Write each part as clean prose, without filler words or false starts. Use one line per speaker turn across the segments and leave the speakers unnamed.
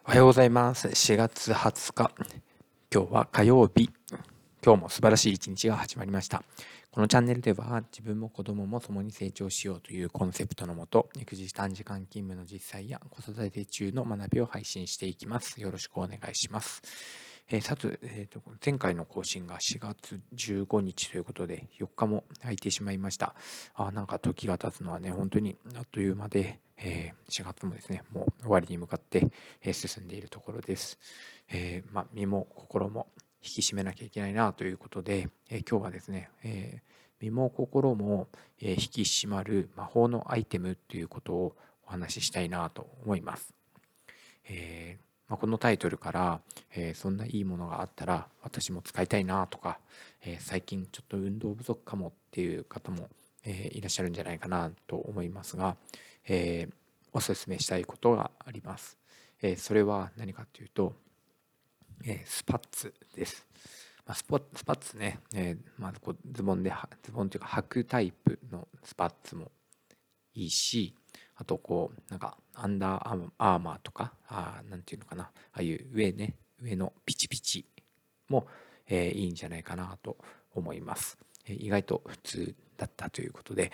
おはようございます。4月20日。今日は火曜日。今日も素晴らしい一日が始まりました。このチャンネルでは自分も子供も共に成長しようというコンセプトのもと、育児短時間勤務の実際や子育て中の学びを配信していきます。よろしくお願いします。前回の更新が4月15日ということで4日も空いてしまいました。なんか時が経つのはね、本当にあっという間で、4月もですね、もう終わりに向かって、進んでいるところです。身も心も引き締めなきゃいけないなということで、今日はですね、身も心も、引き締まる魔法のアイテムということをお話ししたいなと思います。このタイトルから、そんないいものがあったら私も使いたいなとか、最近ちょっと運動不足かもっていう方も、いらっしゃるんじゃないかなと思いますが、お勧めしたいことがあります。それは何かというと、スパッツです。スパッツね、こうズボンというか履くタイプのスパッツもいいし、あとこうなんかアンダーアーマーとか、なんていうのかな、ああいう上のピチピチも、いいんじゃないかなと思います。意外と普通だったということで、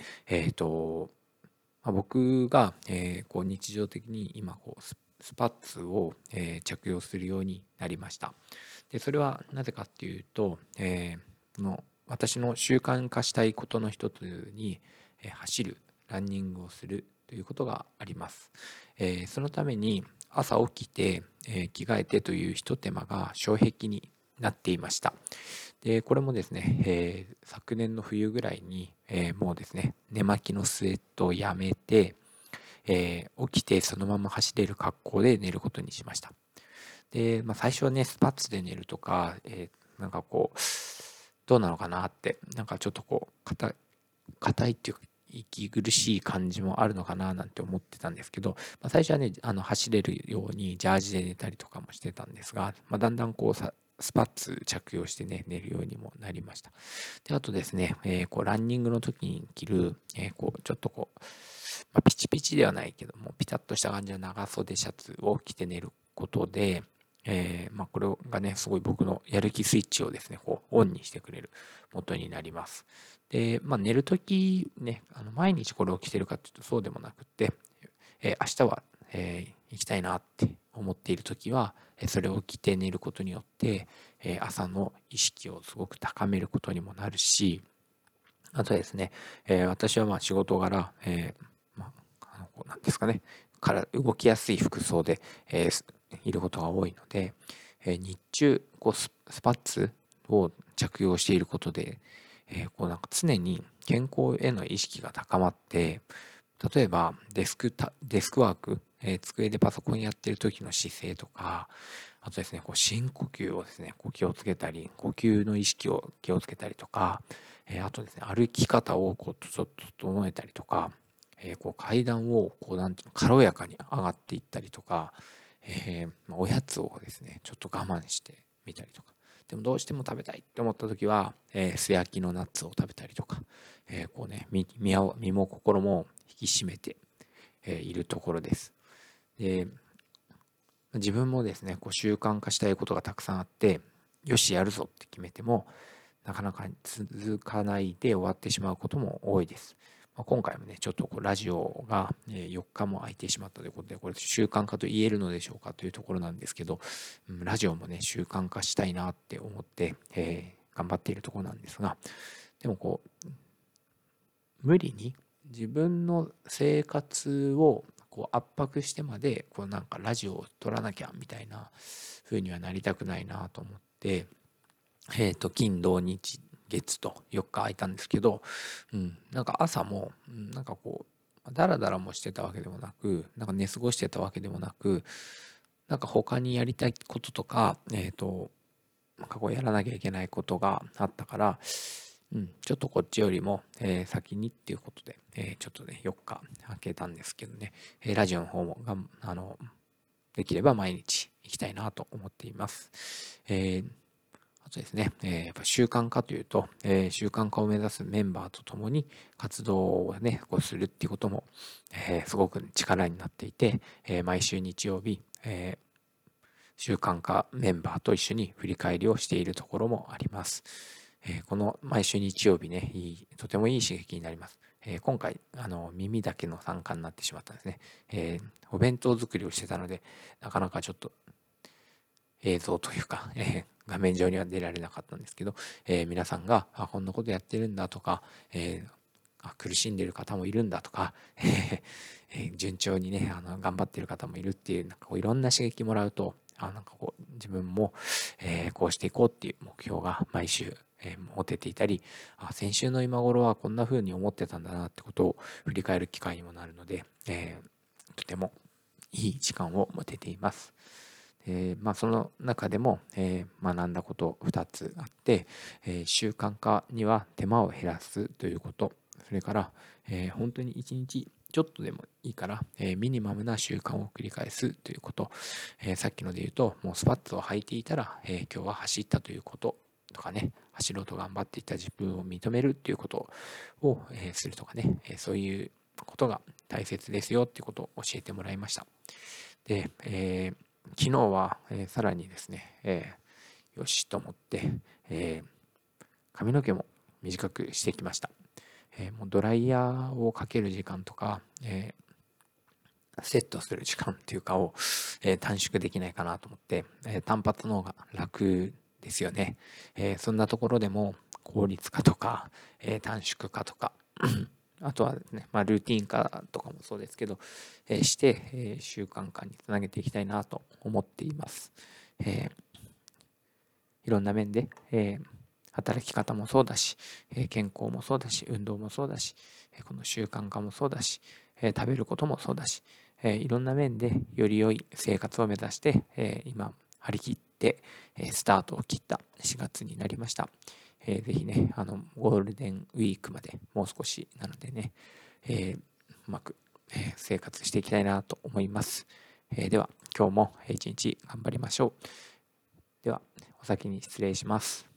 僕が、こう日常的に今こうスパッツを、着用するようになりました。でそれはなぜかっていうと、私の習慣化したいことの一つに、走るランニングをするということがあります。そのために朝起きて、着替えてというひと手間が障壁になっていました。でこれもですね、昨年の冬ぐらいに、もうですね寝巻きのスウェットをやめて、起きてそのまま走れる格好で寝ることにしました。で、最初はねスパッツで寝るとか、なんかこうどうなのかなって、なんかちょっとこう硬いっていうか息苦しい感じもあるのかななんて思ってたんですけど、最初はね走れるようにジャージで寝たりとかもしてたんですが、だんだんこうスパッツ着用してね寝るようにもなりました。であとですね、こうランニングの時に着る、こうちょっとこう、ピチピチではないけどもピタッとした感じの長袖シャツを着て寝ることで、これがねすごい僕のやる気スイッチをですねこうオンにしてくれる元になります。で、寝るときね、毎日これを着てるかというとそうでもなくて、明日は、行きたいなって思っているときは、それを着て寝ることによって、朝の意識をすごく高めることにもなるし、あとですね、私は仕事柄、なんですかね、から動きやすい服装で、いることが多いので、日中こうスパッツを着用していることで、こうなんか常に健康への意識が高まって、例えばデスクワーク、机でパソコンやってる時の姿勢とか、あとですね、こう深呼吸をですね、こう気をつけたり、呼吸の意識を気をつけたりとか、あとですね、歩き方をこうちょっと整えたりとか、こう階段をこうなんていうの軽やかに上がっていったりとか、おやつをですねちょっと我慢してみたりとか、でもどうしても食べたいって思った時は、素焼きのナッツを食べたりとか、こうね身も心も引き締めて、いるところです。で自分もですねこう習慣化したいことがたくさんあって、よしやるぞって決めてもなかなか続かないで終わってしまうことも多いです。今回もねちょっとこうラジオが4日も空いてしまったということで、これ習慣化と言えるのでしょうかというところなんですけど、ラジオもね習慣化したいなって思って、頑張っているところなんですが、でもこう無理に自分の生活をこう圧迫してまでこうなんかラジオを撮らなきゃみたいな風にはなりたくないなと思って、金土日月と4日空いたんですけど、なんか朝も、なんかこうダラダラもしてたわけでもなく、なんか寝過ごしてたわけでもなく、なんか他にやりたいこととか、なんかこうやらなきゃいけないことがあったから、ちょっとこっちよりも、先にっていうことで、ちょっとね4日空けたんですけどね、ラジオの方もできれば毎日行きたいなと思っています。あとですね、やっぱ習慣化というと、習慣化を目指すメンバーと共に活動をね、こうするっていうことも、すごく力になっていて、毎週日曜日、 習慣化メンバーと一緒に振り返りをしているところもあります。この毎週日曜日ね、とてもいい刺激になります。今回耳だけの参加になってしまったんですね。お弁当作りをしてたので、なかなかちょっと映像というか、画面上には出られなかったんですけど、皆さんがこんなことやってるんだとか、苦しんでる方もいるんだとか、順調にね頑張ってる方もいるっていう、なんかこういろんな刺激もらうと、なんかこう自分も、こうしていこうっていう目標が毎週、持てていたり、先週の今頃はこんな風に思ってたんだなってことを振り返る機会にもなるので、とてもいい時間を持てています。その中でも、学んだこと2つあって、習慣化には手間を減らすということ、それから、本当に1日ちょっとでもいいから、ミニマムな習慣を繰り返すということ、さっきので言うと、もうスパッツを履いていたら、今日は走ったということとかね、走ろうと頑張っていた自分を認めるということを、するとかね、そういうことが大切ですよっていうことを教えてもらいました。で、昨日は、さらにですね、よしと思って、髪の毛も短くしてきました。もうドライヤーをかける時間とか、セットする時間っていうかを、短縮できないかなと思って、単発の方が楽ですよね。そんなところでも効率化とか、短縮化とかあとはですね、ルーティン化とかもそうですけど、して、習慣化につなげていきたいなと思っています。いろんな面で、働き方もそうだし、健康もそうだし、運動もそうだし、この習慣化もそうだし、食べることもそうだし、いろんな面でより良い生活を目指して、今張り切って、スタートを切った4月になりました。ぜひね、ゴールデンウィークまでもう少しなのでね、うまく、生活していきたいなと思います。では、今日も一日頑張りましょう。では、お先に失礼します。